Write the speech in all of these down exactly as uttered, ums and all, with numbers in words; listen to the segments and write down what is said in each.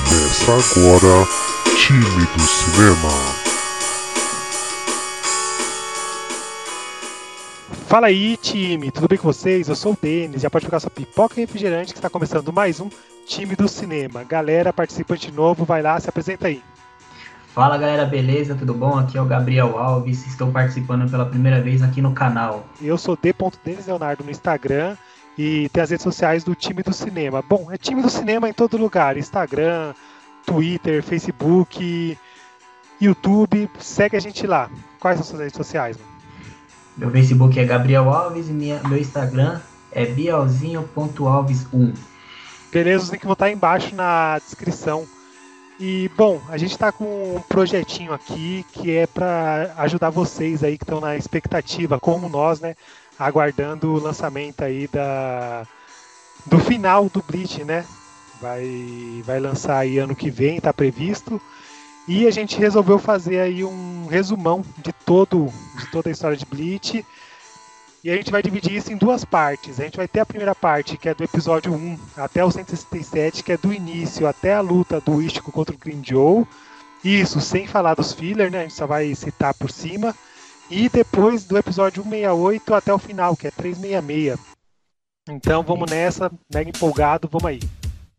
Começa agora, Time do Cinema. Fala aí, time, tudo bem com vocês? Eu sou o Denis, já pode pegar sua pipoca e refrigerante que está começando mais um Time do Cinema. Galera, participante novo, vai lá, se apresenta aí. Fala galera, beleza? Tudo bom? Aqui é o Gabriel Alves, estou participando pela primeira vez aqui no canal. Eu sou D. Denis Leonardo no Instagram e tem as redes sociais do Time do Cinema. Bom, é Time do Cinema em todo lugar, Instagram, Twitter, Facebook, YouTube, segue a gente lá. Quais são as suas redes sociais, mano? Meu Facebook é Gabriel Alves e minha, meu Instagram é bielzinho ponto alves um. Beleza, os links vão estar aí embaixo na descrição. E, bom, a gente está com um projetinho aqui que é para ajudar vocês aí que estão na expectativa, como nós, né, aguardando o lançamento aí da, do final do Bleach, né? Vai, vai lançar aí ano que vem, está previsto. E a gente resolveu fazer aí um resumão de, todo, de toda a história de Bleach. E a gente vai dividir isso em duas partes. A gente vai ter a primeira parte, que é do episódio um até o cento e sessenta e sete, que é do início até a luta do Ichigo contra o Green Joe. Isso sem falar dos filler, né? A gente só vai citar por cima. E depois do episódio cento e sessenta e oito até o final, que é trezentos e sessenta e seis. Então vamos nessa, mega empolgado, vamos aí.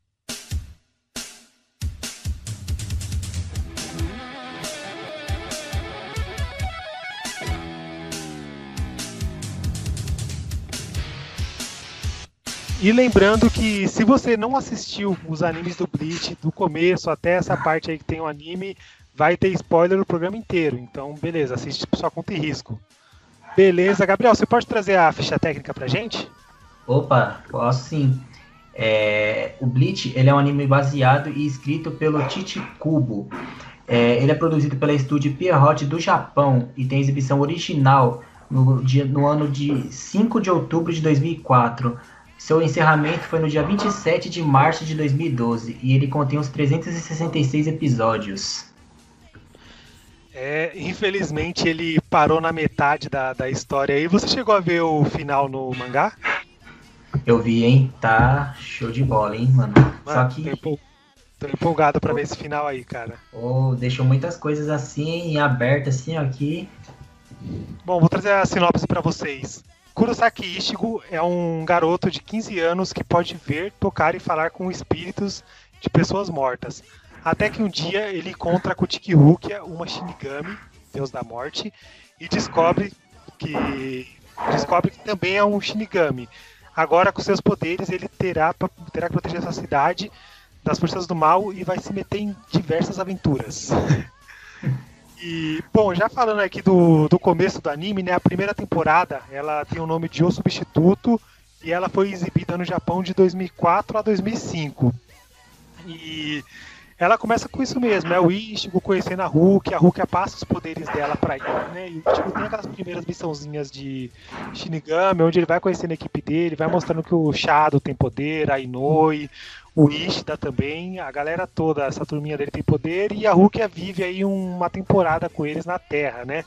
E lembrando que se você não assistiu os animes do Bleach, do começo até essa parte aí que tem o anime, vai ter spoiler no programa inteiro. Então, beleza, assiste por sua conta e risco. Beleza, Gabriel, você pode trazer a ficha técnica pra gente? Opa, posso sim. É, o Bleach ele é um anime baseado e escrito pelo Tite Kubo. É, ele é produzido pela estúdio Pierrot do Japão e tem exibição original no, dia, no ano de cinco de outubro de dois mil e quatro. Seu encerramento foi no dia vinte e sete de março de dois mil e doze e ele contém uns trezentos e sessenta e seis episódios. É, infelizmente ele parou na metade da, da história aí. Você chegou a ver o final no mangá? Eu vi, hein? Tá show de bola, hein, mano? Mano, Só que... Tô, empol... tô empolgado pra ver esse final aí, cara. Oh, deixou muitas coisas assim, em aberto, assim, ó, aqui. Bom, vou trazer a sinopse pra vocês. Kurosaki Ichigo é um garoto de quinze anos que pode ver, tocar e falar com espíritos de pessoas mortas. Até que um dia ele encontra Kotiki Rukia, uma Shinigami, deus da morte, e descobre que, descobre que também é um Shinigami. Agora, com seus poderes, ele terá, terá que proteger sua cidade das forças do mal e vai se meter em diversas aventuras. E, bom, já falando aqui do, do começo do anime, né, a primeira temporada, ela tem o nome de O Substituto e ela foi exibida no Japão de dois mil e quatro a dois mil e cinco. E ela começa com isso mesmo, é o Ichigo conhecendo a Rukia, a Rukia passa os poderes dela pra ele, né, e o Ichigo tem aquelas primeiras missãozinhas de Shinigami, onde ele vai conhecendo a equipe dele, vai mostrando que o Shadow tem poder, a Inoue, o Ishida também, a galera toda, essa turminha dele tem poder, e a Rukia vive aí uma temporada com eles na Terra, né?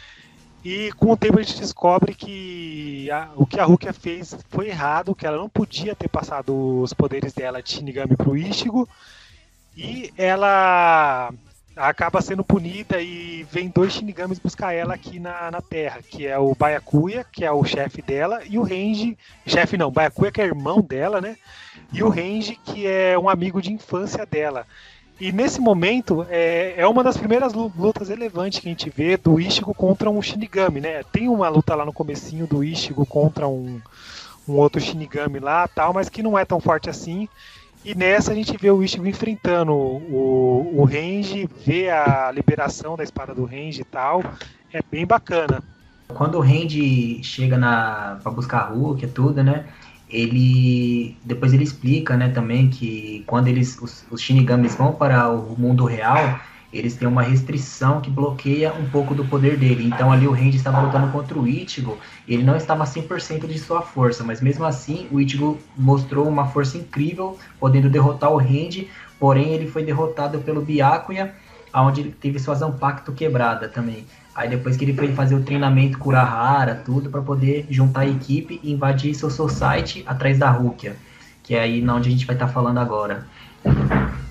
E com o tempo a gente descobre que a, o que a Rukia fez foi errado, que ela não podia ter passado os poderes dela de Shinigami pro Ichigo, e ela acaba sendo punida e vem dois Shinigamis buscar ela aqui na, na Terra, que é o Byakuya, que é o chefe dela, e o Renji, chefe não, Byakuya que é irmão dela, né? E o Renji, que é um amigo de infância dela. E nesse momento, é, é uma das primeiras lutas relevantes que a gente vê do Ichigo contra um Shinigami, né? Tem uma luta lá no comecinho do Ichigo contra um, um outro Shinigami lá, tal, mas que não é tão forte assim. E nessa a gente vê o Ichigo enfrentando o, o Renji, vê a liberação da espada do Renji e tal. É bem bacana. Quando o Renji chega na, pra buscar a Rukia e tudo, né? Ele depois ele explica, né, também que quando eles os, os Shinigamis vão para o mundo real, eles têm uma restrição que bloqueia um pouco do poder dele. Então ali o Renji estava lutando contra o Ichigo, ele não estava cem por cento de sua força, mas mesmo assim o Ichigo mostrou uma força incrível, podendo derrotar o Renji, porém ele foi derrotado pelo Byakuya, onde ele teve sua Zanpakuto quebrada também. Aí depois que ele foi fazer o treinamento Kurahara, tudo, para poder juntar a equipe e invadir seu Society atrás da Rukia, que é aí onde a gente vai estar tá falando agora.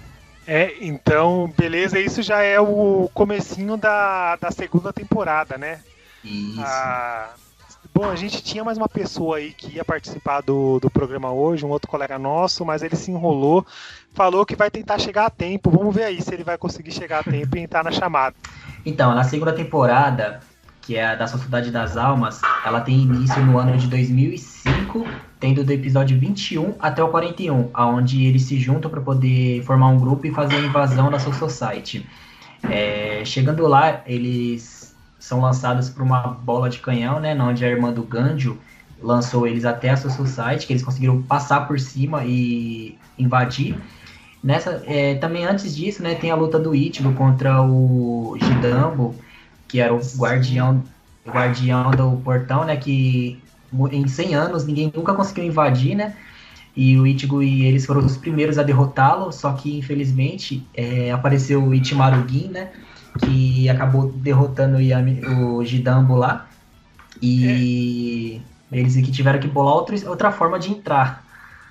É, então, beleza, isso já é o comecinho da, da segunda temporada, né? Isso. Ah, bom, a gente tinha mais uma pessoa aí que ia participar do, do programa hoje, um outro colega nosso, mas ele se enrolou, falou que vai tentar chegar a tempo. Vamos ver aí se ele vai conseguir chegar a tempo e entrar na chamada. Então, na segunda temporada, que é a da Sociedade das Almas, ela tem início no ano de dois mil e cinco, tendo do episódio vinte e um até o quarenta e um, onde eles se juntam para poder formar um grupo e fazer a invasão da Soul Society. É, chegando lá, eles são lançados por uma bola de canhão, né, onde a irmã do Ganjo lançou eles até a Soul Society, que eles conseguiram passar por cima e invadir. Nessa, é, também antes disso, né, tem a luta do Ichigo contra o Jidambo, que era o guardião, o guardião do portão, né, que em cem anos ninguém nunca conseguiu invadir, né, e o Ichigo e eles foram os primeiros a derrotá-lo, só que infelizmente é, apareceu o Ichimaru Gin, né, que acabou derrotando o, Yami, o Jidambo lá, e é. eles que tiveram que bolar outro, outra forma de entrar.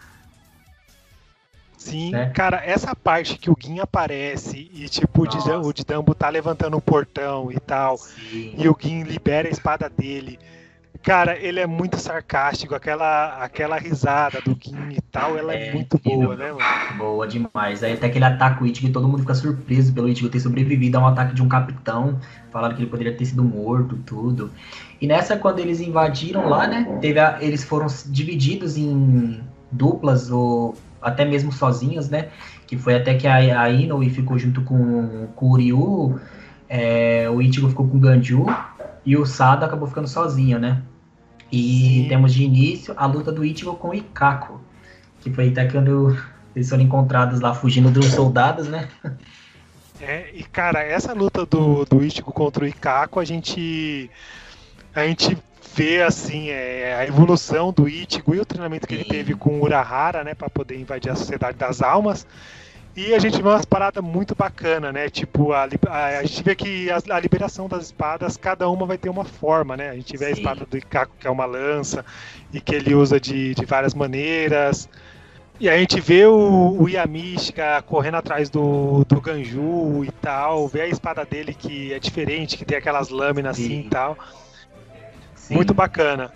Sim, né? Cara, essa parte que o Gin aparece e tipo o Jidambo tá levantando o portão e tal, Sim. e o Gin libera a espada dele. Cara, ele é muito sarcástico, aquela, aquela risada do Gin e tal, ela é, é muito boa, né, mano? Boa demais. Aí até que ele ataca o Ichigo e todo mundo fica surpreso pelo Ichigo ter sobrevivido a um ataque de um capitão. Falaram que ele poderia ter sido morto, tudo. E nessa, quando eles invadiram lá, né, teve a, eles foram divididos em duplas ou até mesmo sozinhos, né? Que foi até que a, a Inoue ficou junto com, com o Ryu, é, o Ichigo ficou com o Ganju e o Sado acabou ficando sozinho, né? E Sim. temos de início a luta do Ichigo com o Ikako, que foi até quando eles foram encontrados lá fugindo dos soldados, né? É, e cara, essa luta do, do Ichigo contra o Ikako, a gente a gente vê assim é, a evolução do Ichigo e o treinamento que Sim. ele teve com o Urahara, né, para poder invadir a Sociedade das Almas. E a gente vê umas paradas muito bacanas, né? Tipo, a, a, a gente vê que a, a liberação das espadas, cada uma vai ter uma forma, né? A gente vê Sim. a espada do Ikako, que é uma lança, e que ele usa de, de várias maneiras. E a gente vê o, o Yamishika correndo atrás do, do Ganju e tal, vê a espada dele que é diferente, que tem aquelas lâminas Sim. assim e tal. Sim. Muito bacana.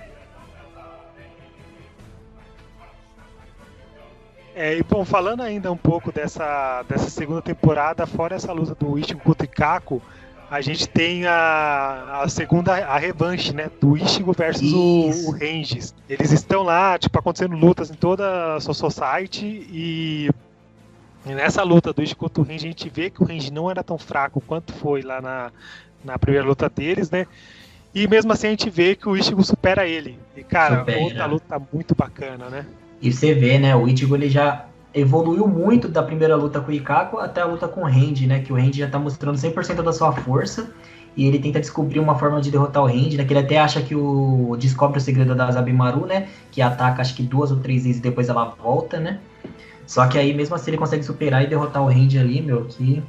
É, e bom, falando ainda um pouco dessa, dessa segunda temporada, fora essa luta do Ichigo contra o Ikako, a gente tem a, a segunda, a revanche, né, do Ichigo versus o, o Renji. Eles estão lá, tipo, acontecendo lutas em toda a Soul Society e, e nessa luta do Ichigo contra o Renji, a gente vê que o Renji não era tão fraco quanto foi lá na, na primeira luta deles, né, e mesmo assim a gente vê que o Ichigo supera ele. E, cara, supera. Outra luta muito bacana, né. E você vê, né, o Ichigo ele já evoluiu muito da primeira luta com o Ikako até a luta com o Renji, né, que o Renji já tá mostrando cem por cento da sua força e ele tenta descobrir uma forma de derrotar o Renji, né, que ele até acha que o descobre o segredo da Zabimaru, né, que ataca acho que duas ou três vezes e depois ela volta, né, só que aí mesmo assim ele consegue superar e derrotar o Renji ali, meu, que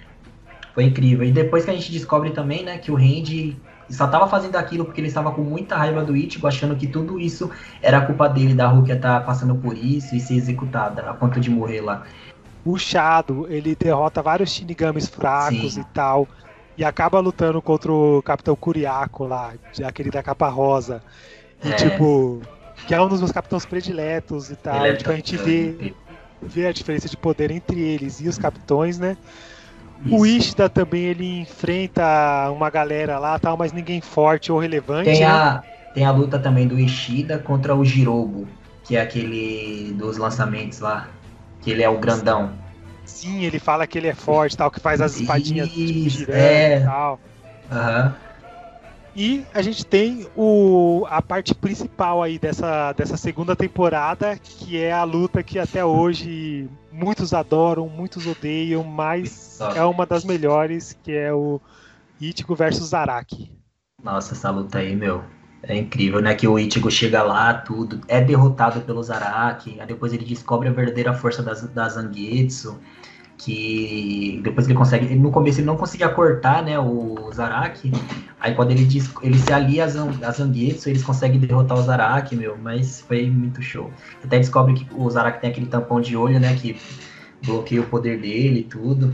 foi incrível. E depois que a gente descobre também, né, que o Renji só tava fazendo aquilo porque ele estava com muita raiva do Ichigo, achando que tudo isso era culpa dele, da Rukia estar passando por isso e ser executada, a ponto de morrer lá. O Shadow, ele derrota vários Shinigamis fracos Sim. e tal, e acaba lutando contra o Capitão Kuriako lá, aquele da capa rosa. E é. tipo, que é um dos meus capitães prediletos e tal. É tipo, a gente vê, vê a diferença de poder entre eles e os capitões, né? Isso. O Ishida também, ele enfrenta uma galera lá, tal, mas ninguém forte ou relevante. Tem, né? a, tem a luta também do Ishida contra o Jirobo, que é aquele dos lançamentos lá, que ele é o grandão. Sim, ele fala que ele é forte, tal, que faz as espadinhas Isso, girando é. e tal. Uhum. E a gente tem o, a parte principal aí dessa, dessa segunda temporada, que é a luta que até hoje muitos adoram, muitos odeiam, mas Nossa. é uma das melhores, que é o Ichigo versus Zaraki. Nossa, essa luta aí, meu, é incrível, né? Que o Ichigo chega lá, tudo, é derrotado pelo Zaraki, aí depois ele descobre a verdadeira força da, da Zangetsu, que depois ele consegue, no começo ele não conseguia cortar, né, o Zaraki, aí quando ele, diz, ele se alia a Zangetsu, eles conseguem derrotar o Zaraki, meu, mas foi muito show. Até descobre que o Zaraki tem aquele tampão de olho, né, que bloqueia o poder dele e tudo.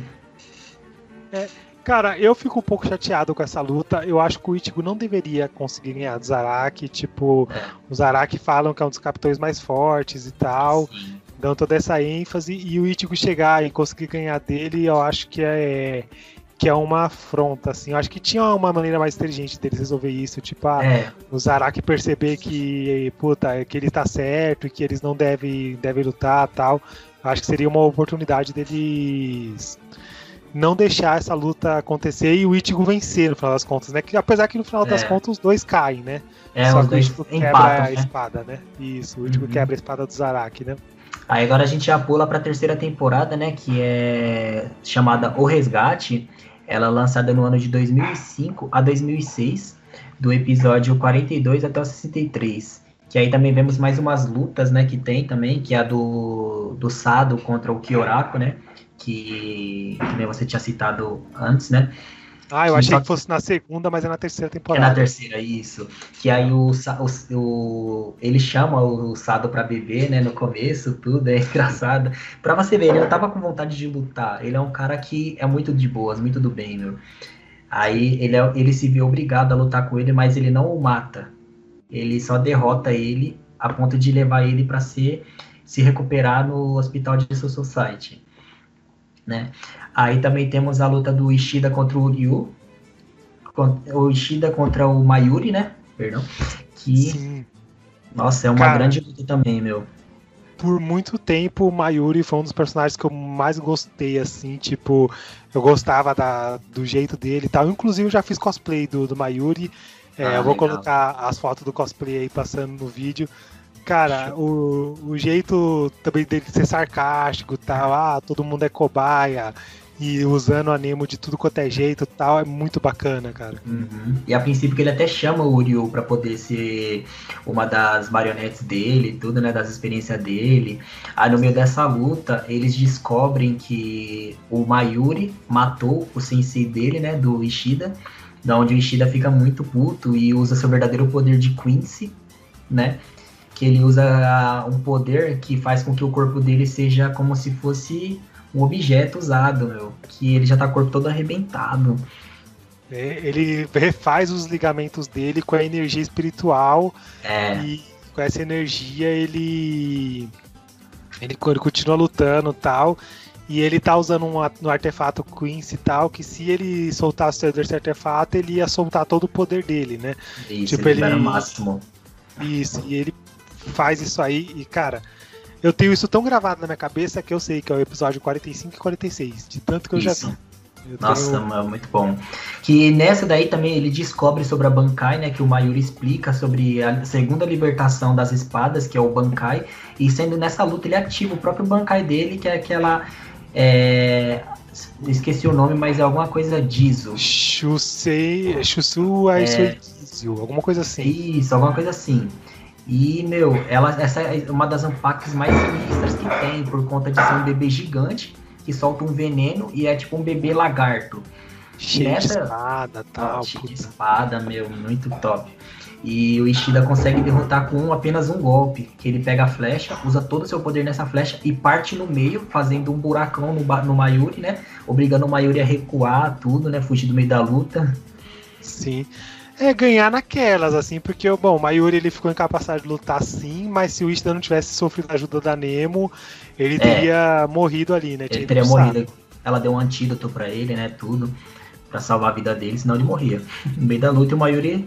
É, cara, eu fico um pouco chateado com essa luta. Eu acho que o Ichigo não deveria conseguir ganhar do Zaraki. Tipo, É. os Zaraki falam que é um dos capitães mais fortes e tal. Sim. Dão toda essa ênfase. E o Ichigo chegar e conseguir ganhar dele, eu acho que é, que é uma afronta, assim. Eu acho que tinha uma maneira mais inteligente deles resolver isso. Tipo, ah, É, o Zaraki perceber que, puta, que ele tá certo e que eles não devem, devem lutar e tal. Eu acho que seria uma oportunidade deles não deixar essa luta acontecer e o Ichigo vencer no final das contas, né? Que, apesar que no final das É. contas os dois caem, né? é Só os que o dois Ichigo quebra empatam, a né? espada, né? Isso, o Ichigo Uhum. quebra a espada do Zaraki, né? Aí agora a gente já pula para a terceira temporada, né, que é chamada O Resgate. Ela é lançada no ano de dois mil e cinco a dois mil e seis, do episódio quarenta e dois até o sessenta e três. Que aí também vemos mais umas lutas, né, que tem também, que é a do, do Sado contra o Kyorako, né, que, que nem você tinha citado antes, né. Ah, eu Que achei só que fosse na segunda, mas é na terceira É temporada. na terceira, isso. Que aí o, Sa- o, o- ele chama o Sado pra beber, né? No começo, tudo, é engraçado. Pra você ver, ele não tava com vontade de lutar. Ele é um cara que é muito de boas, muito do bem, meu. Aí ele, é- ele se vê obrigado a lutar com ele, mas ele não o mata. Ele só derrota ele a ponto de levar ele pra ser, se recuperar no hospital de Soul Society, né? Aí também temos a luta do Ishida contra o Ryu. Con- O Ishida contra o Mayuri, né? Perdão. Que, Sim. nossa, é uma Cara, grande luta também, meu. por muito tempo o Mayuri foi um dos personagens que eu mais gostei, assim, tipo, eu gostava da, do jeito dele e tal. Inclusive eu já fiz cosplay do, do Mayuri. É, Ah, eu vou legal. colocar as fotos do cosplay aí passando no vídeo. Cara, o, o jeito também dele ser sarcástico e tal, ah, todo mundo é cobaia, e usando a Nemo de tudo quanto é jeito e tal, é muito bacana, cara. Uhum. E a princípio que ele até chama o Ryu pra poder ser uma das marionetes dele, e tudo, né? Das experiências dele. Aí no meio dessa luta, eles descobrem que o Mayuri matou o sensei dele, né? Do Ishida. Da onde o Ishida fica muito puto e usa seu verdadeiro poder de Quincy, né? Que ele usa um poder que faz com que o corpo dele seja como se fosse um objeto usado, meu. Que ele já tá com o corpo todo arrebentado. É, ele refaz os ligamentos dele com a energia espiritual É, e com essa energia ele, ele, ele continua lutando e tal. E ele tá usando um, um artefato Quincy e tal, que se ele soltasse esse artefato, ele ia soltar todo o poder dele, né? isso, Tipo, ele libera o ele- máximo. Isso, e ele faz isso aí, e cara, eu tenho isso tão gravado na minha cabeça que eu sei que é o episódio quarenta e cinco e quarenta e seis, de tanto que eu Isso. já vi. Eu Nossa, tenho- mano, muito bom. Que nessa daí também ele descobre sobre a Bankai, né? Que o Mayuri explica sobre a segunda libertação das espadas, que é o Bankai. E sendo nessa luta, ele ativa o próprio Bankai dele, que é aquela. é, esqueci o nome, mas é alguma coisa Dizo. Shusei, Shusu Aisuikizu, alguma coisa assim. Isso, alguma coisa assim. E, meu, ela, essa é uma das unpacks mais sinistras que tem, por conta de ser um bebê gigante que solta um veneno e é tipo um bebê lagarto. Cheio nessa- de espada e tal. Cheio de puta. espada, meu, muito top. E o Ishida consegue derrotar com um, apenas um golpe, que ele pega a flecha, usa todo o seu poder nessa flecha e parte no meio, fazendo um buracão no, ba- no Mayuri, né? Obrigando o Mayuri a recuar, tudo, né? Fugir do meio da luta. Sim. É ganhar naquelas, assim, porque bom, o Mayuri ele ficou incapacitado de lutar sim, mas se o Ishida não tivesse sofrido a ajuda da Nemo, ele É. teria morrido ali, né? Ele Tinha teria ido pro saco. morrido. Ela deu um antídoto pra ele, né? Tudo. Pra salvar a vida dele, senão ele morria. No meio da luta, o Mayuri.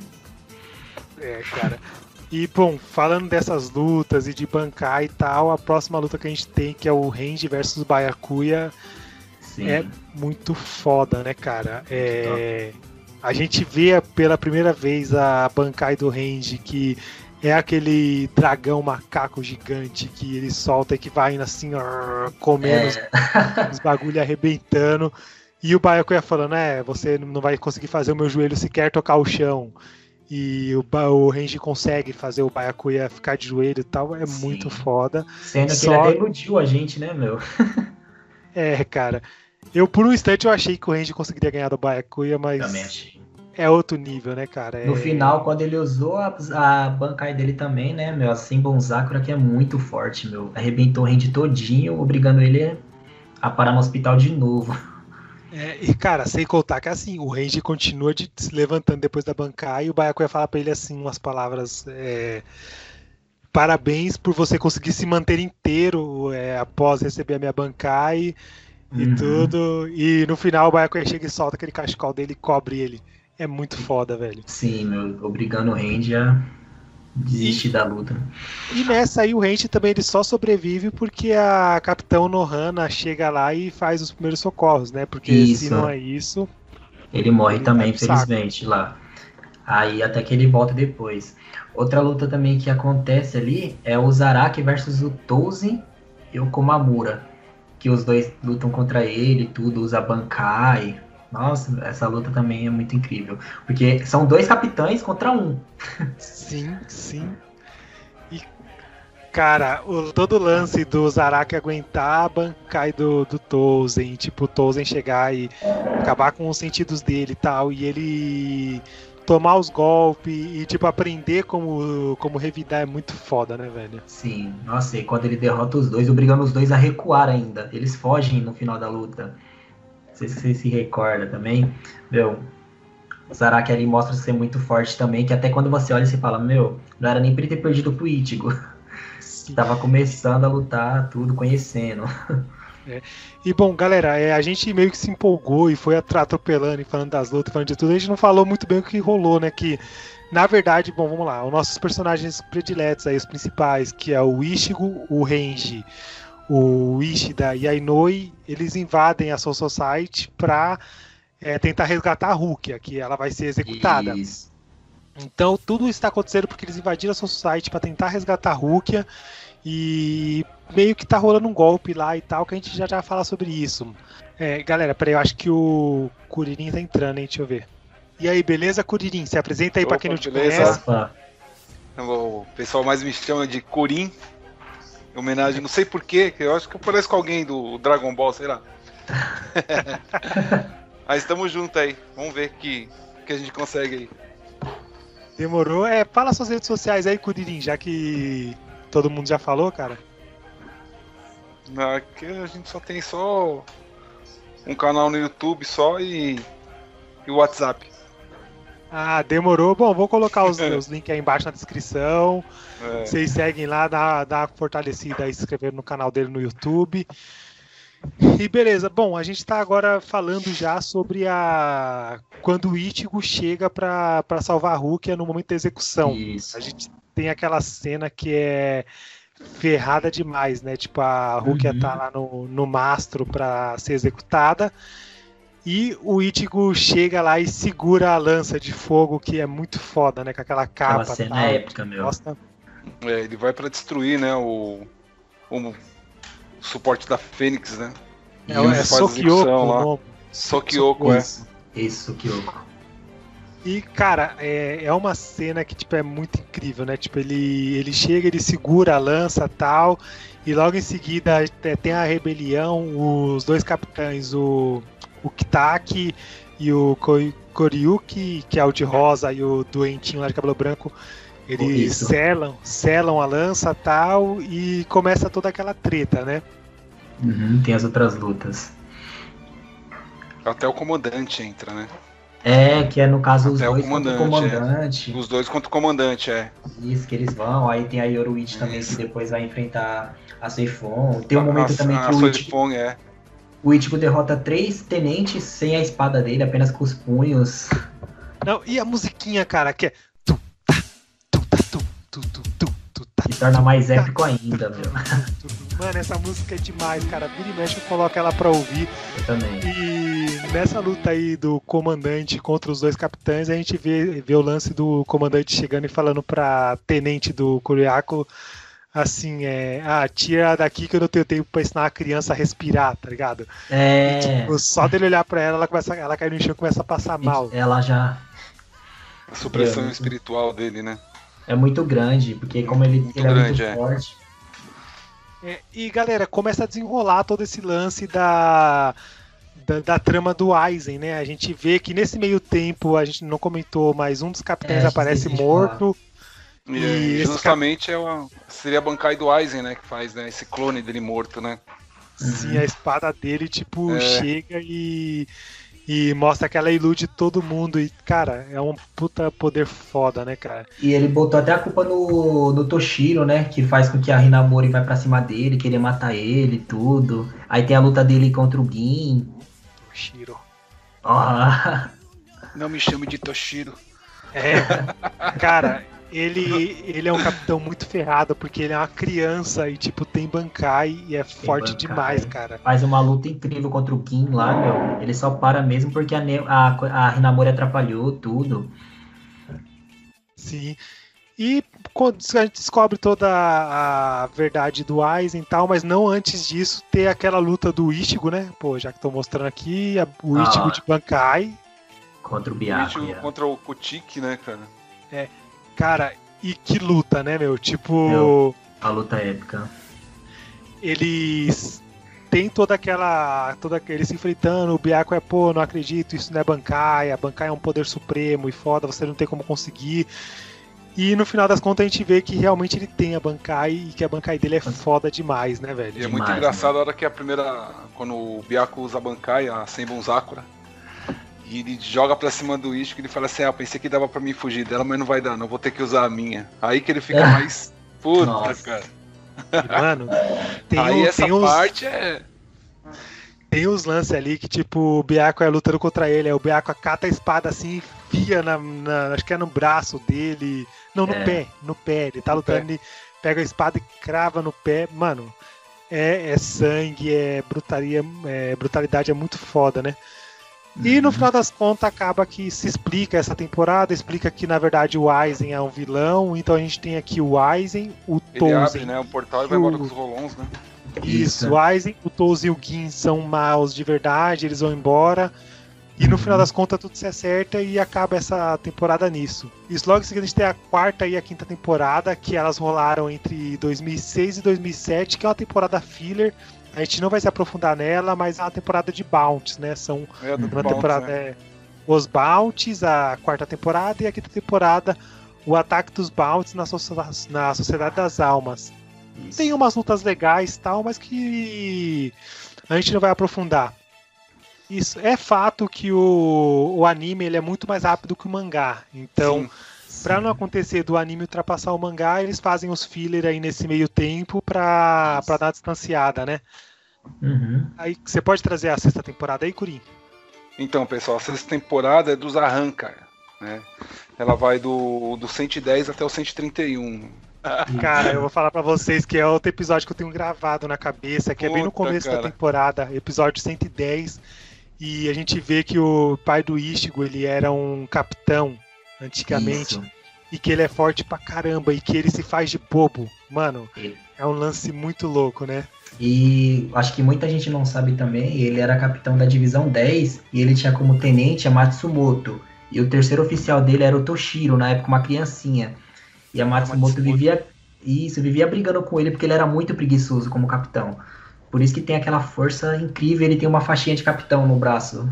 É, cara. E, bom, falando dessas lutas e de bancar e tal, a próxima luta que a gente tem, que é o Range versus Byakuya, Sim. é muito foda, né, cara? É, a gente vê pela primeira vez a Bankai do Range, que é aquele dragão macaco gigante que ele solta e que vai indo assim, arr, comendo os, É, os bagulho arrebentando. E o Byakuya falando, é, você não vai conseguir fazer o meu joelho sequer tocar o chão. E o, Ba- o Range consegue fazer o Byakuya ficar de joelho e tal, é Sim. muito foda. sendo que Só- ele até iludiu a gente, né, meu? É, cara. Eu, por um instante, eu achei que o Range conseguiria ganhar do Byakuya, mas Também achei. é outro nível, né, cara? No É- final, quando ele usou a, a Bankai dele também, né, meu? A Simbon Sakura, que é muito forte, meu. Arrebentou o range todinho, obrigando ele a parar no hospital de novo. É, e cara, sem contar que assim, o Renji continua de, se levantando depois da bancada e o Byakuya fala pra ele assim umas palavras. É, parabéns por você conseguir se manter inteiro é, após receber a minha bancada e, e Uhum. tudo. E no final o Byakuya chega e solta aquele cachecol dele e cobre ele. É muito foda, velho. Sim, meu, obrigando o Randy a desistir E, da luta. e nessa aí o Renji também ele só sobrevive porque a Capitão Nohana chega lá e faz os primeiros socorros, né? Porque Isso. se não é isso. Ele morre Ele também, vai pro saco. infelizmente, lá. Aí até que ele volta depois. Outra luta também que acontece ali é o Zaraki versus o Touzen e o Komamura. Que os dois lutam contra ele e tudo, usa Bankai. Nossa, essa luta também é muito incrível. Porque são dois capitães contra um. Sim, sim. E, cara, o, todo o lance do Zaraki aguentar a Bankai do, do Touzen, tipo, o Touzen chegar e acabar com os sentidos dele e tal, e ele tomar os golpes e, tipo, aprender como, como revidar é muito foda, né, velho? Sim, nossa, e quando ele derrota os dois, obrigando os dois a recuar ainda. Eles fogem no final da luta. Não sei se você se recorda também. Meu, o Zaraki ali mostra ser muito forte também, que até quando você olha você fala, meu, não era nem pra ele ter perdido pro Ichigo. Sim. Tava começando a lutar, tudo, conhecendo. É. E bom, galera, é, a gente meio que se empolgou e foi atropelando e falando das lutas, falando de tudo. A gente não falou muito bem o que rolou, né? Que, na verdade, bom, vamos lá. Os nossos personagens prediletos aí, os principais, que é o Ichigo, o Renji, o Ishida e a Inoue, eles invadem a Soul Society pra é, tentar resgatar a Rukia, que ela vai ser executada. Isso. Então, tudo está acontecendo porque eles invadiram a Soul Society pra tentar resgatar a Rukia. E meio que tá rolando um golpe lá e tal, que a gente já já vai falar sobre isso. É, galera, peraí, eu acho que o Kuririn tá entrando, hein? Deixa eu ver. E aí, beleza, Kuririn? Se apresenta aí Opa, pra quem não te beleza. conhece. Opa. O pessoal mais me chama de Kurin, em homenagem, não sei porquê, que eu acho que eu pareço com alguém do Dragon Ball, sei lá. Mas estamos juntos aí, vamos ver o que, que a gente consegue aí. Demorou. É, fala suas redes sociais aí, Kuririn, já que todo mundo já falou, cara. Aqui a gente só tem só um canal no YouTube só e, e o WhatsApp. Ah, demorou. Bom, vou colocar os, os links aí embaixo na descrição. É, Vocês seguem lá, dá, dá uma fortalecida aí, se inscrever no canal dele no YouTube. E beleza, bom, a gente tá agora falando já sobre a quando o Ichigo chega pra, pra salvar a Rukia no momento da execução. Isso. A gente tem aquela cena que é ferrada demais, né? Tipo, a Rukia Uhum. tá lá no, no mastro pra ser executada e o Ichigo chega lá e segura a lança de fogo, que é muito foda, né? Com aquela capa. Aquela cena tal, é épica, meu. Nossa, é, ele vai pra destruir, né, o, o suporte da Fênix, né? é, Isso. é faz Sokyoko execução o lá. nome. Sokyoko, é. Isso, isso, Kyoko. E, cara, é, é uma cena que, tipo, é muito incrível, né? Tipo, ele, ele chega, ele segura a lança e tal, e logo em seguida é, tem a rebelião, os dois capitães, o, o Kitaki e o Ko- Koryuki, que é o de rosa, e o doentinho lá de cabelo branco, eles Isso. selam, selam a lança e tal, e começa toda aquela treta, né? Uhum, tem as outras lutas. Até o comandante entra, né? É, que é no caso os Até o dois contra o comandante, é. comandante. Os dois contra o comandante, é. Isso, que eles vão. Aí tem a Yoruichi também, Isso. que depois vai enfrentar a Seifon. Tem um A- momento a- também a que o Ichigo, Soifong, é. o Ichigo derrota três tenentes sem a espada dele, apenas com os punhos. Não, e a musiquinha, cara, que é. Tu, tá, tu, tá, tu, tu, tu, tu, tu, tá, E torna mais épico ainda, meu. Mano, essa música é demais, cara. Vira e mexe, eu coloco ela pra ouvir. Eu também. E nessa luta aí do comandante contra os dois capitães, a gente vê, vê o lance do comandante chegando e falando pra tenente do Kuriako assim, é. Ah, tira daqui que eu não tenho tempo pra ensinar a criança a respirar, tá ligado? É. Tipo, só dele olhar pra ela, ela, começa, ela cai no chão e começa a passar mal. Ela já A supressão É. espiritual dele, né? é muito grande, porque como ele, Muito ele é grande, muito é. forte. É, e galera, começa a desenrolar todo esse lance da, da, da trama do Aizen, né? A gente vê que nesse meio tempo, a gente não comentou, mas um dos capitães É, a gente aparece esqueceu de morto. E, E esse justamente é uma, seria a Bankai do Aizen, né? Que faz, né? Esse clone dele morto, né? Sim, a espada dele, tipo, É. chega e, e mostra que ela ilude todo mundo. E, cara, é um puta poder foda, né, cara? E ele botou até a culpa no, no Toshiro, né? Que faz com que a Hinamori vai pra cima dele, querer matar ele e tudo. Aí tem a luta dele contra o Gin. Shiro. Ó, Não me chame de Toshiro. É, cara, ele, ele é um capitão muito ferrado, porque ele é uma criança e, tipo, tem Bankai e é forte Bankai. demais, cara. faz uma luta incrível contra o Gin lá, meu. Ele só para mesmo porque a, Ne- a, a Hinamori atrapalhou tudo. Sim. E quando a gente descobre toda a verdade do Aizen e tal, mas não antes disso ter aquela luta do Ichigo, né? Pô, já que tô mostrando aqui, a- o Ah. Ichigo de Bankai. Contra o O Byakuya. Ichigo contra o Kotick, né, cara? Cara, e que luta, né, meu? Tipo, Meu. A luta épica. eles têm toda aquela. Toda, eles se enfrentando, o Byakuya, pô, não acredito, isso não é Bankai, a Bankai é um poder supremo e foda, você não tem como conseguir. E no final das contas a gente vê que realmente ele tem a Bankai e que a Bankai dele é foda demais, né, velho? E é muito Demais, engraçado a hora que a primeira. Quando o Byaku usa a Bankai, a Senbon Sakura, e ele joga pra cima do Ichigo e ele fala assim: ah, pensei que dava pra mim fugir dela, mas não vai dar, não, vou ter que usar a minha. Aí que ele fica É. mais. Puta, Nossa. cara. E, mano, tem, Aí um- essa tem uns, parte é. tem uns lances ali que, tipo, o Byakuya lutando contra ele, aí o Byakuya cata a espada assim, enfia na, na- acho que é no braço dele, não, no É. pé, no pé, ele tá No lutando, pé. ele pega a espada e crava no pé, mano, é, é sangue, é brutaria, é brutalidade, é muito foda, né? E no Uhum. final das contas acaba que se explica essa temporada, explica que na verdade o Aizen é um vilão, então a gente tem aqui o Aizen, o Ele abre, Touzen, né, o portal e e vai embora o- com os rolons, né? Isso, Isso. o Aizen, o Touzen e o Gin são maus de verdade, eles vão embora. E no Uhum. final das contas tudo se acerta e acaba essa temporada nisso. Isso logo em seguida a gente tem a quarta e a quinta temporada, que elas rolaram entre dois mil e seis e dois mil e sete, que é uma temporada filler. A gente não vai se aprofundar nela, mas é uma temporada de bounties, né? São É do Uma uma Bounty, temporada né? é os bounties, a quarta temporada, e a quinta temporada o ataque dos bounties na, socie- na Sociedade das Almas. Isso. Tem umas lutas legais e tal, mas que a gente não vai aprofundar. Isso é fato que o, o anime ele é muito mais rápido que o mangá. Então, Sim. pra não acontecer do anime ultrapassar o mangá, eles fazem os filler aí nesse meio tempo pra, pra dar uma distanciada, né? Uhum. Aí você pode trazer a sexta temporada aí, Kurin? Então, pessoal, a sexta temporada é dos Arran, cara. Né? Ela vai do, do cento e dez até o cento e trinta e um. Cara, eu vou falar pra vocês que é outro episódio que eu tenho gravado na cabeça, que é bem no Puta, começo da cara. temporada, episódio cento e dez, e a gente vê que o pai do Ichigo, ele era um capitão antigamente, Isso. e que ele é forte pra caramba, e que ele se faz de bobo. Mano, Ele- é um lance muito louco, né? E acho que muita gente não sabe também, ele era capitão da divisão dez e ele tinha como tenente a Matsumoto. E o terceiro oficial dele era o Toshiro, na época uma criancinha. E a Matsumoto, Matsumoto. vivia isso, vivia brigando com ele porque ele era muito preguiçoso como capitão. Por isso que tem aquela força incrível, ele tem uma faixinha de capitão no braço.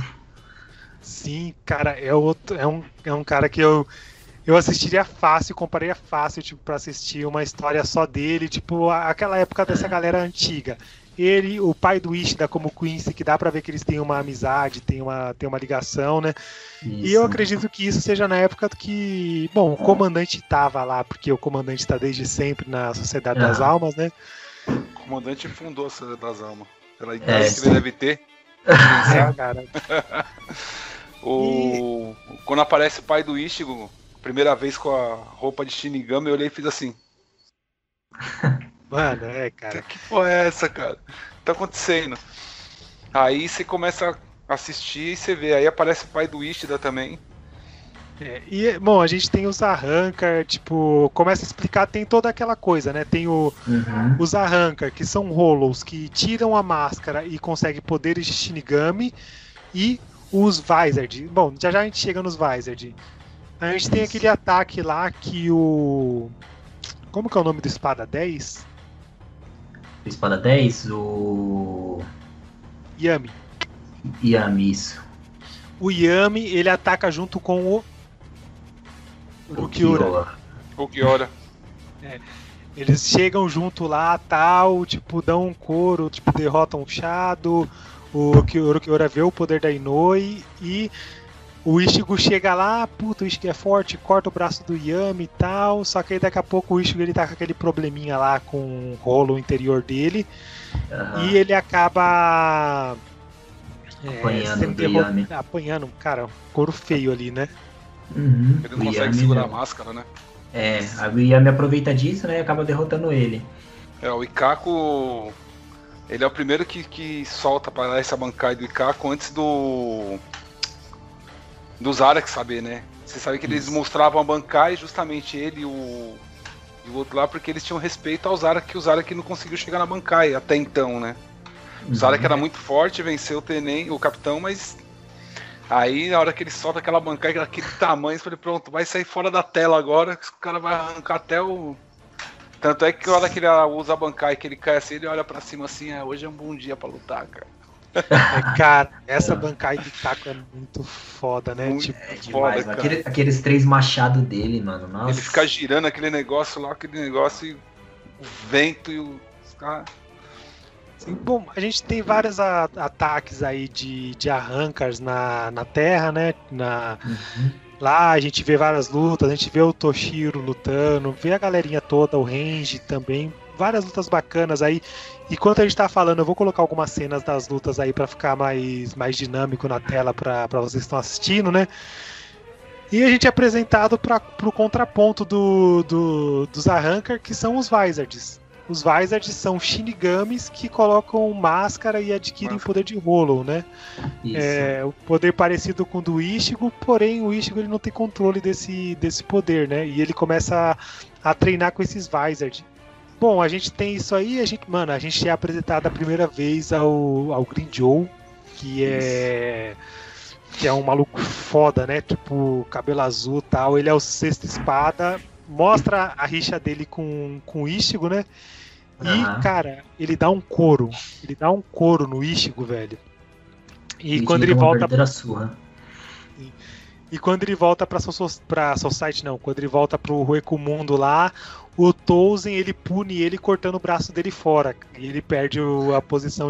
Sim, cara, é, outro, é, um, é um cara que eu, eu assistiria fácil, compraria fácil, tipo, pra assistir uma história só dele, tipo, a- aquela época dessa galera antiga. Ele, o pai do Ishida como Quincy, que dá pra ver que eles têm uma amizade, tem uma, tem uma ligação, né? E eu Isso. acredito que isso seja na época que, bom, o comandante tava lá, porque o comandante tá desde sempre na Sociedade das Ah. Almas, né? O comandante fundou a Sociedade das Almas. Pela idade É, que ele deve ter. É, cara. O... Quando aparece o pai do Ichigo, primeira vez com a roupa de Shinigami, eu olhei e fiz assim. Mano, é, cara. Que porra é essa, cara? O que tá acontecendo? Aí você começa a assistir e você vê. Aí aparece o pai do Ishida também. É, e, bom, a gente tem os Arrancar, tipo, começa a explicar, tem toda aquela coisa, né? Tem o, Uhum. os Arrancar, que são Hollows, que tiram a máscara e conseguem poderes de Shinigami, e os Vizard. Bom, já já a gente chega nos Vizard. A gente tem aquele ataque lá que o... Como que é o nome do Espada dez? Espada dez, o Yami. Yami, isso. O Yami, ele ataca junto com o... O Kyura. Kyoa. Ou que hora? Eles chegam junto lá, tal, tipo, dão um coro, tipo, derrotam o Shadow, o Orochiora vê o poder da Inoue e o Ichigo chega lá, puta, o Ichigo é forte, corta o braço do Yami e tal, só que aí daqui a pouco o Ichigo ele tá com aquele probleminha lá com o rolo interior dele, uhum. E ele acaba apanhando é, do Yami. Apanhando, cara, couro feio ali, né? Uhum. Ele não o consegue Yami segurar é... a máscara, né? É, a Yami aproveita disso, né, e acaba derrotando ele. É, o Ikako, ele é o primeiro que, que solta para essa Bankai do Ikako antes do... do Zarak saber, né? Você sabe que eles Isso. mostravam a Bankai, justamente ele e o, e o outro lá, porque eles tinham respeito ao Zarak, que o Zarak não conseguiu chegar na Bankai até então, né? O Zarak uhum. era muito forte, venceu o Tenen, o capitão, mas aí na hora que ele solta aquela Bankai, aquele tamanho, eu falei, pronto, vai sair fora da tela agora, o cara vai arrancar até o... Tanto é que na hora que ele usa a Bankai, que ele cai assim, ele olha pra cima assim, ah, hoje é um bom dia pra lutar, cara. É, cara, essa Bankai de Taco é muito foda, né? Muito tipo, é demais, foda, aquele, aqueles três machados dele, mano. Nossa. Ele fica girando aquele negócio lá, aquele negócio e o vento e o. Sim, bom, a gente tem vários a, ataques aí de, de arrancars na, na Terra, né? Na, uhum. Lá a gente vê várias lutas, a gente vê o Toshiro lutando, vê a galerinha toda, o Renji também. Várias lutas bacanas aí. Enquanto a gente tá falando, eu vou colocar algumas cenas das lutas aí pra ficar mais, mais dinâmico na tela pra, pra vocês que estão assistindo, né? E a gente é apresentado pra, pro contraponto do, do, dos Arrancar, que são os Vizards. Os Vizards são Shinigamis que colocam máscara e adquirem Nossa. poder de Hollow, né? Isso. É, o poder parecido com o do Ichigo, porém o Ichigo ele não tem controle desse, desse poder, né? E ele começa a, a treinar com esses Vizards. Bom, a gente tem isso aí, a gente, mano, a gente é apresentado a primeira vez ao, ao Green Joe, que é que é um maluco foda, né? Tipo, cabelo azul e tal, ele é o sexto espada, mostra a rixa dele com, com o Ichigo, né? E, uhum. cara, ele dá um couro, ele dá um couro no Ichigo, velho. E ele quando ele volta pra... surra. E, e quando ele volta pra, pra Society, não, quando ele volta pro Rueco-Mundo lá, o Touzen, ele pune ele cortando o braço dele fora. E ele perde o, a posição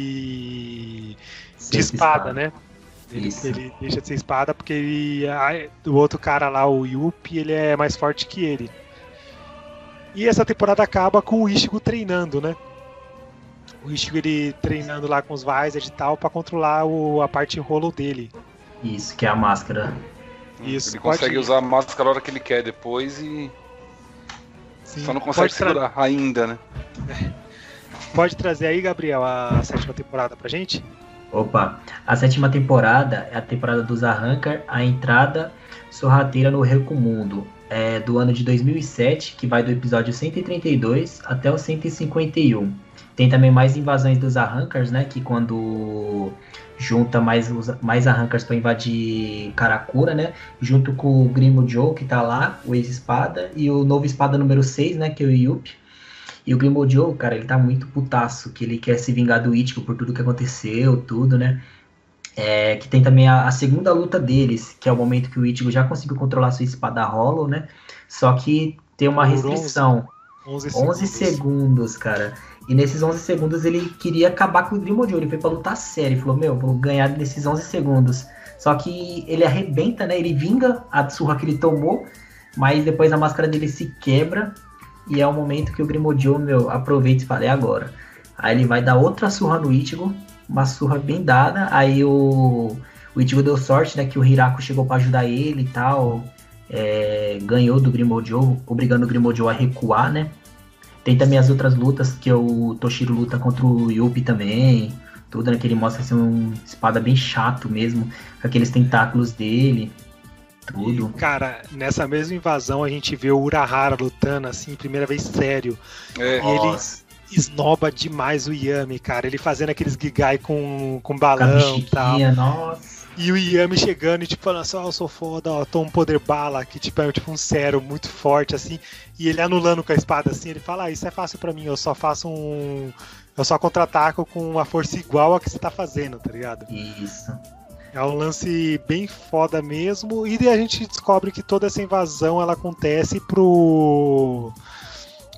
de, de espada, espada, né? Ele, ele deixa de ser espada porque ele, a, o outro cara lá, o Yuppie, ele é mais forte que ele. E essa temporada acaba com o Ichigo treinando, né? O Ichigo ele treinando lá com os Vizard e tal pra controlar o, a parte rolo dele. Isso, que é a máscara. Isso, ele consegue ir. usar a máscara a hora que ele quer depois e... Sim, só não consegue segurar tra... ainda, né? Pode trazer aí, Gabriel, a sétima temporada pra gente? Opa, a sétima temporada é a temporada dos Arrancar, a entrada sorrateira no Recomundo, é do ano de dois mil e sete, que vai do episódio cento e trinta e dois até o cento e cinquenta e um. Tem também mais invasões dos Arrancars, né, que quando junta mais, mais Arrancars para invadir Karakura, né, junto com o Grimo Joe, que tá lá, o ex-espada, e o novo espada número seis, né, que é o Yuppie. E o Grimo Joe, cara, ele tá muito putaço, que ele quer se vingar do Ichigo por tudo que aconteceu, tudo, né. É, que tem também a, a segunda luta deles, que é o momento que o Ichigo já conseguiu controlar sua espada Hollow, né, só que tem uma restrição. onze onze segundos, cara. E nesses onze segundos ele queria acabar com o Grimo Joe. Ele foi pra lutar sério. Ele falou, meu, vou ganhar nesses onze segundos. Só que ele arrebenta, né? Ele vinga a surra que ele tomou. Mas depois a máscara dele se quebra. E é o momento que o Grimo Joe, meu, aproveita e fala, é agora. Aí ele vai dar outra surra no Ichigo. Uma surra bem dada. Aí o, o Ichigo deu sorte, né? Que o Hirako chegou pra ajudar ele e tal. É, ganhou do Grimo Joe, obrigando o Grimo Joe a recuar, né? Tem também as outras lutas, que o Toshiro luta contra o Yuppie também, tudo, né? Que ele mostra ser um espada bem chato mesmo, com aqueles tentáculos dele, tudo. E, cara, nessa mesma invasão a gente vê o Urahara lutando, assim, primeira vez sério. É. E ele esnoba demais o Yami, cara. Ele fazendo aqueles gigai com, com balão e tal. Nossa. E o Yami chegando e tipo falando assim, ó, oh, eu sou foda, ó, tô um poder bala, que tipo é tipo um Zero muito forte, assim, e ele anulando com a espada assim, ele fala, ah, isso é fácil pra mim, eu só faço um. Eu só contra-ataco com uma força igual a que você tá fazendo, tá ligado? Isso. É um lance bem foda mesmo, e daí a gente descobre que toda essa invasão ela acontece pro.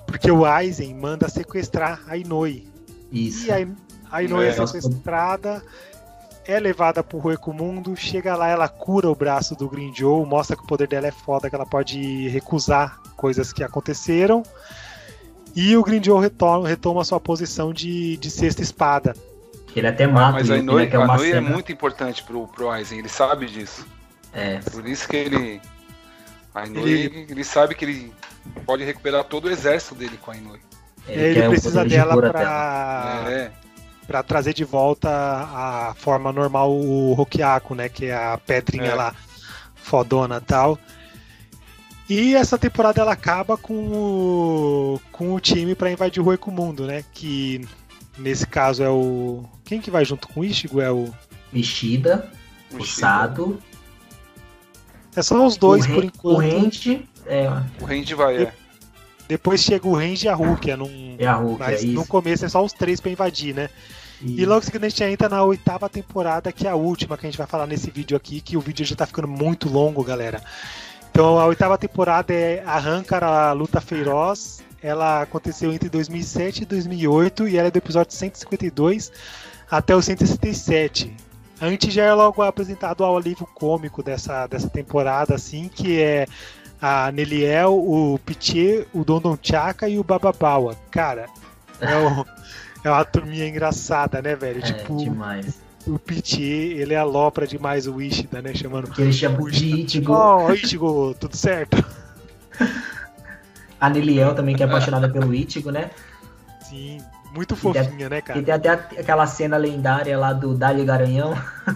porque o Aizen manda sequestrar a Inoue. Isso. E a, a Inoue é, É. sequestrada, é levada pro Roeco-Mundo, chega lá, ela cura o braço do Grimmjow, mostra que o poder dela é foda, que ela pode recusar coisas que aconteceram. E o Grimmjow retoma, retoma a sua posição de, de sexta espada. Ele até mata Mas o a Yuki, Inoue, né, que é a uma Inoue é cena... muito importante pro, pro Aizen, ele sabe disso. É, Por isso que ele. A Inoue, Ele- ele... sabe que ele pode recuperar todo o exército dele com a Inoue. Ele, quer o precisa poder de dela cura pra, É, pra trazer de volta a forma normal, o Rokiaku, né? Que é a pedrinha É. lá, fodona e tal. E essa temporada ela acaba com o, com o time pra invadir o Roeco-Mundo, né? Que nesse caso é o... Quem que vai junto com o Ichigo? É o... Ishida, o o Shiba. Sado, É só os dois o, por Ren- enquanto. o Renji, é, O Randy vai, é. Depois chega o Renji e a Rukia. Num... é a Hulk, Mas é no isso. começo é só os três pra invadir, né? E logo em seguida a gente entra na oitava temporada, que é a última que a gente vai falar nesse vídeo aqui, que o vídeo já tá ficando muito longo, galera. Então a oitava temporada é a Rancor, a Luta Feroz. Ela aconteceu entre dois mil e sete e dois mil e oito e ela é do episódio cento e cinquenta e dois até o cento e sessenta e sete. Antes já é logo apresentado o alívio cômico dessa, dessa temporada, assim, que é a Neliel, o Pichier, o Dondon Chaka e o Bababawa. Cara, é, o, é uma turminha engraçada, né, velho? É, Tipo, demais. o Pichier, ele alopra demais o Ishida, né? Chamando. Que ele chama de Ichigo. Oh, Ichigo, tudo certo? A Neliel também, que é apaixonada pelo Ichigo, né? Sim, muito fofinha, né, E cara? tem até aquela cena lendária lá do Dali Garanhão.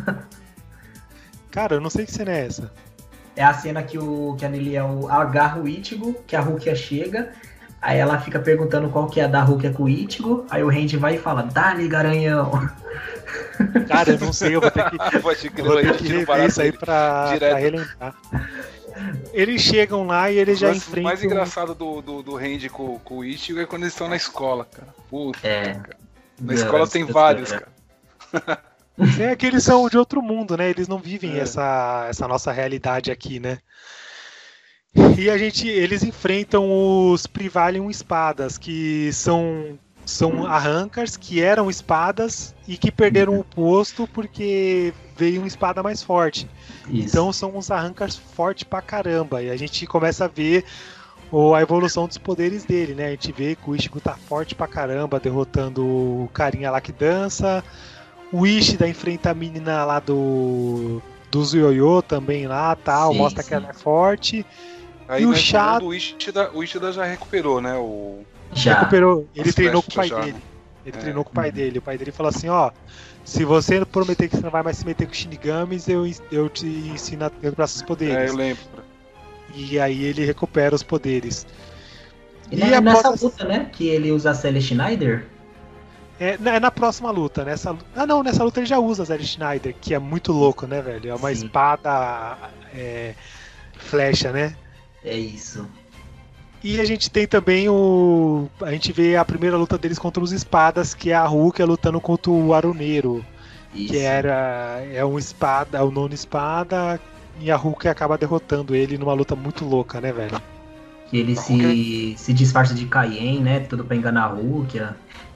Cara, eu não sei que cena é essa. É a cena que, o, que a Neliel agarra o Ichigo, que a Rukia chega, aí ela fica perguntando qual que é a da Rukia com o Ichigo, aí o Randy vai e fala, Dali Garanhão. Cara, eu não sei, eu vou ter que, Pode crer, eu vou a ter gente que não rever parar isso aí dele. pra, Direto. pra relembrar. Eles chegam lá e eles O já lance enfrentam... mais engraçado do, do, do Randy com, com o Ichigo é quando eles estão na escola, cara. Puta, É. cara. Na escola tem Deus, vários, Deus, cara. É que eles são de outro mundo, né? Eles não vivem É. essa, essa nossa realidade aqui, né? E a gente, eles enfrentam os Privalium Espadas, que são, são arrancars que eram espadas e que perderam o posto porque veio uma espada mais forte. Isso. Então são uns arrancars fortes pra caramba. E a gente começa a ver o- a evolução dos poderes dele, né? A gente vê que o Ichigo tá forte pra caramba, derrotando o carinha lá que dança. O Ishida enfrenta a menina lá do dos Yoyo também lá, tal, Sim, mostra sim. que ela é forte. Aí E o nesse chato- mundo, o Ishida, o Ishida já recuperou, né? O... Já. Recuperou. Ele As treinou com o pai flechas já. dele. Ele É. treinou com o pai dele. O pai dele falou assim, ó, se você prometer que você não vai mais se meter com Shinigamis, eu, eu te ensino a recuperar seus É, poderes. eu lembro. E aí ele recupera os poderes. E, E ne- a nessa próxima- luta, né, que ele usa a Sally Schneider, É, na- é na próxima luta, nessa lu- Ah não, nessa luta ele já usa a Zack Schneider, que é muito louco, né, velho? É uma Sim. espada é, flecha, né? é isso. E a gente tem também o. A gente vê a primeira luta deles contra os espadas, que é a Rukia lutando contra o Aruneiro, Isso. que era. É um espada, é o nono espada, e a Rukia acaba derrotando ele numa luta muito louca, né, velho? Que ele A se, se disfarça de Kaien, né, tudo pra enganar a Rukia.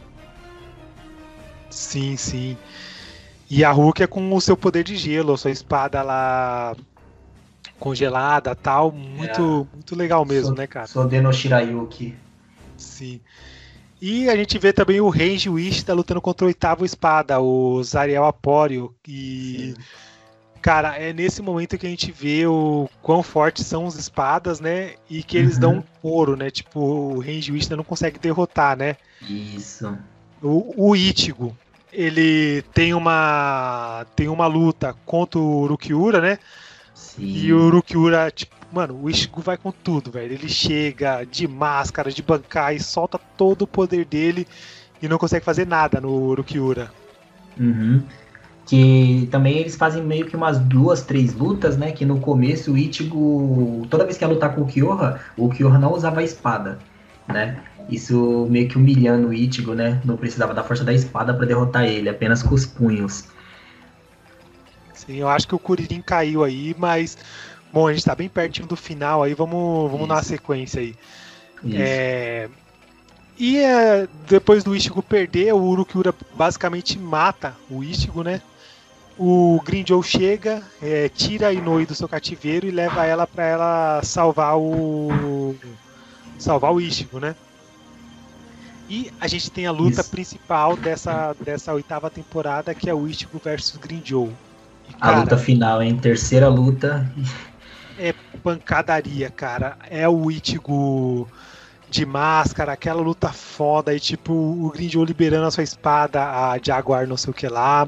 Sim, sim. E a Rukia com o seu poder de gelo, a sua espada lá congelada tal, muito, muito legal mesmo, Sou- né, cara? Sodeno Shirayuki. Sim. E a gente vê também o Renji Ishida lutando contra o oitavo espada, o Zariel Apório. E, cara, é nesse momento que a gente vê o quão fortes são os espadas, né? E que eles Uhum. dão um couro, né? Tipo, o Renji Ishida não consegue derrotar, né? Isso. O, o Ichigo, ele tem uma tem uma luta contra o Urukiura, né? Sim. E o Urukiura, tipo, mano, o Ichigo vai com tudo, velho. Ele chega de máscara, de bancar e solta todo o poder dele e não consegue fazer nada no Urukiura. Uhum. Que também eles fazem meio que umas duas, três lutas, né? Que no começo o Ichigo, toda vez que ia lutar com o Kyoha, o Kyoha não usava a espada, né? Isso meio que humilhando o Ichigo, né? Não precisava da força da espada pra derrotar ele, apenas com os punhos. Sim, eu acho que o Kuririn caiu aí, mas bom, a gente tá bem pertinho do final aí, vamos, vamos Isso. dar uma sequência aí. Isso. É, E é, depois do Ichigo perder, o Urukiura basicamente mata o Ichigo, né? O Green-Joe chega, é, tira a Inoue do seu cativeiro e leva ela pra ela salvar o salvar o Ichigo, né? E a gente tem a luta Isso. principal dessa, dessa oitava temporada, que é o Ichigo versus Green-Joe. E, A cara, luta final, hein? Terceira luta. é pancadaria, cara. É o Ichigo de máscara, aquela luta foda, e tipo, o Green-Joe liberando a sua espada, a Jaguar não sei o que lá.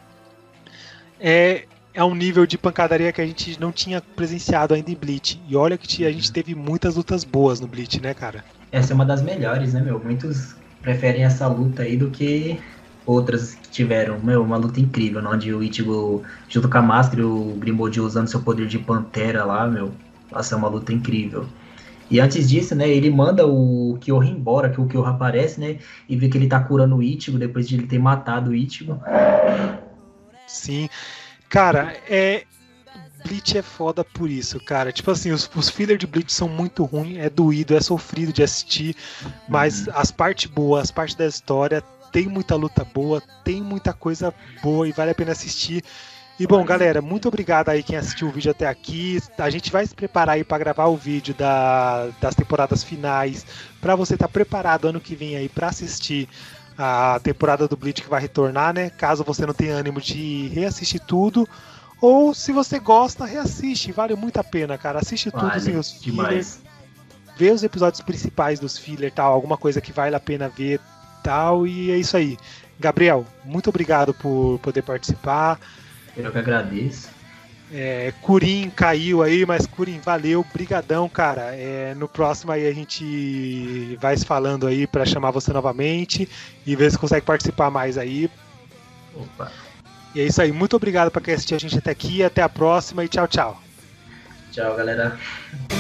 É, é um nível de pancadaria que a gente não tinha presenciado ainda em Bleach. E olha que a gente teve muitas lutas boas no Bleach, né, cara? Essa é uma das melhores, né, meu? Muitos preferem essa luta aí do que outras que tiveram. Meu, uma luta incrível, né? Onde o Ichigo, junto com a máscara e o Grimodi usando seu poder de pantera lá, meu. Nossa, é uma luta incrível. E antes disso, né, ele manda o Kyoha embora, que o Kyoha aparece, né, e vê que ele tá curando o Ichigo depois de ele ter matado o Ichigo. Sim. Cara, é... Bleach é foda por isso, cara. Tipo assim, os, os fillers de Bleach são muito ruins, é doído, é sofrido de assistir, mas Uhum. as partes boas, as partes da história, tem muita luta boa, tem muita coisa boa e vale a pena assistir. E bom, galera, muito obrigado aí quem assistiu o vídeo até aqui. A gente vai se preparar aí para gravar o vídeo da, das temporadas finais, para você estar tá preparado ano que vem aí para assistir a temporada do Bleach que vai retornar, né? Caso você não tenha ânimo de reassistir tudo, ou se você gosta, reassiste, vale muito a pena, cara. Assiste tudo Vale, sem os fillers, demais. vê os episódios principais dos fillers, tal, alguma coisa que vale a pena ver, tal, e é isso aí. Gabriel, muito obrigado por poder participar. Eu que agradeço. É, Kurin caiu aí, mas Kurin, valeu, brigadão, cara. É, no próximo aí a gente vai se falando aí pra chamar você novamente e ver se consegue participar mais aí. Opa. E é isso aí, muito obrigado pra quem assistiu a gente até aqui, até a próxima e tchau, tchau. Tchau, galera.